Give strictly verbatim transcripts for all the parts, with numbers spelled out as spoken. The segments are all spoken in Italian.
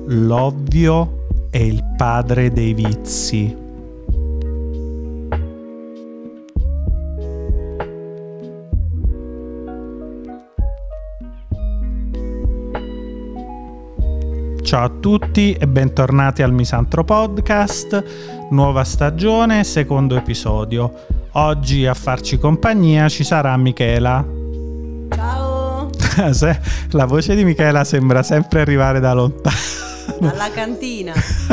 L'ovvio è il padre dei vizi. Ciao a tutti e bentornati al Misantro Podcast, nuova stagione, secondo episodio. Oggi a farci compagnia ci sarà Michela. Ciao! La voce di Michela sembra sempre arrivare da lontano. Dalla cantina.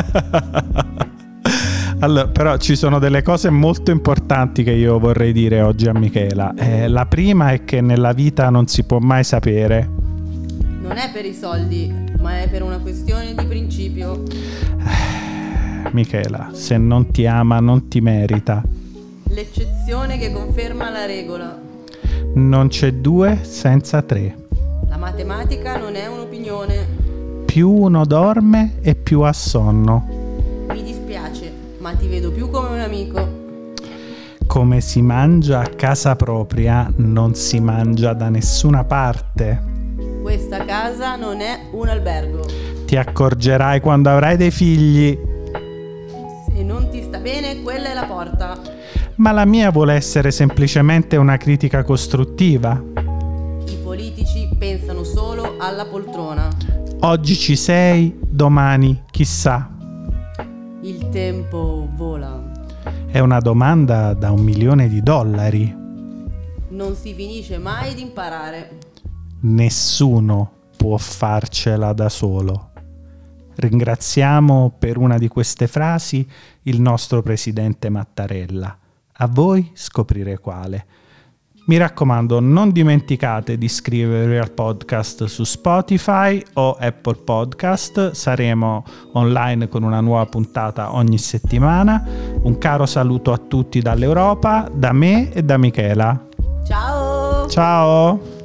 Allora, però ci sono delle cose molto importanti che io vorrei dire oggi a Michela. Eh, la prima è che nella vita non si può mai sapere. Non è per i soldi, ma è per una questione di principio. Michela, se non ti ama non ti merita. L'eccezione che conferma la regola. Non c'è due senza tre. La matematica non è un'opinione. Più uno dorme e più ha sonno. Mi dispiace, ma ti vedo più come un amico. Come si mangia a casa propria, non si mangia da nessuna parte. Questa casa non è un albergo. Ti accorgerai quando avrai dei figli. Se non ti sta bene, quella è la porta. Ma la mia vuole essere semplicemente una critica costruttiva. I politici pensano solo alla poltrona. Oggi ci sei, domani chissà. Il tempo vola. È una domanda da un milione di dollari. Non si finisce mai di imparare. Nessuno può farcela da solo. Ringraziamo per una di queste frasi il nostro presidente Mattarella. A voi scoprire quale. Mi raccomando, non dimenticate di iscrivervi al podcast su Spotify o Apple Podcast. Saremo online con una nuova puntata ogni settimana. Un caro saluto a tutti dall'Europa, da me e da Michela. Ciao! Ciao!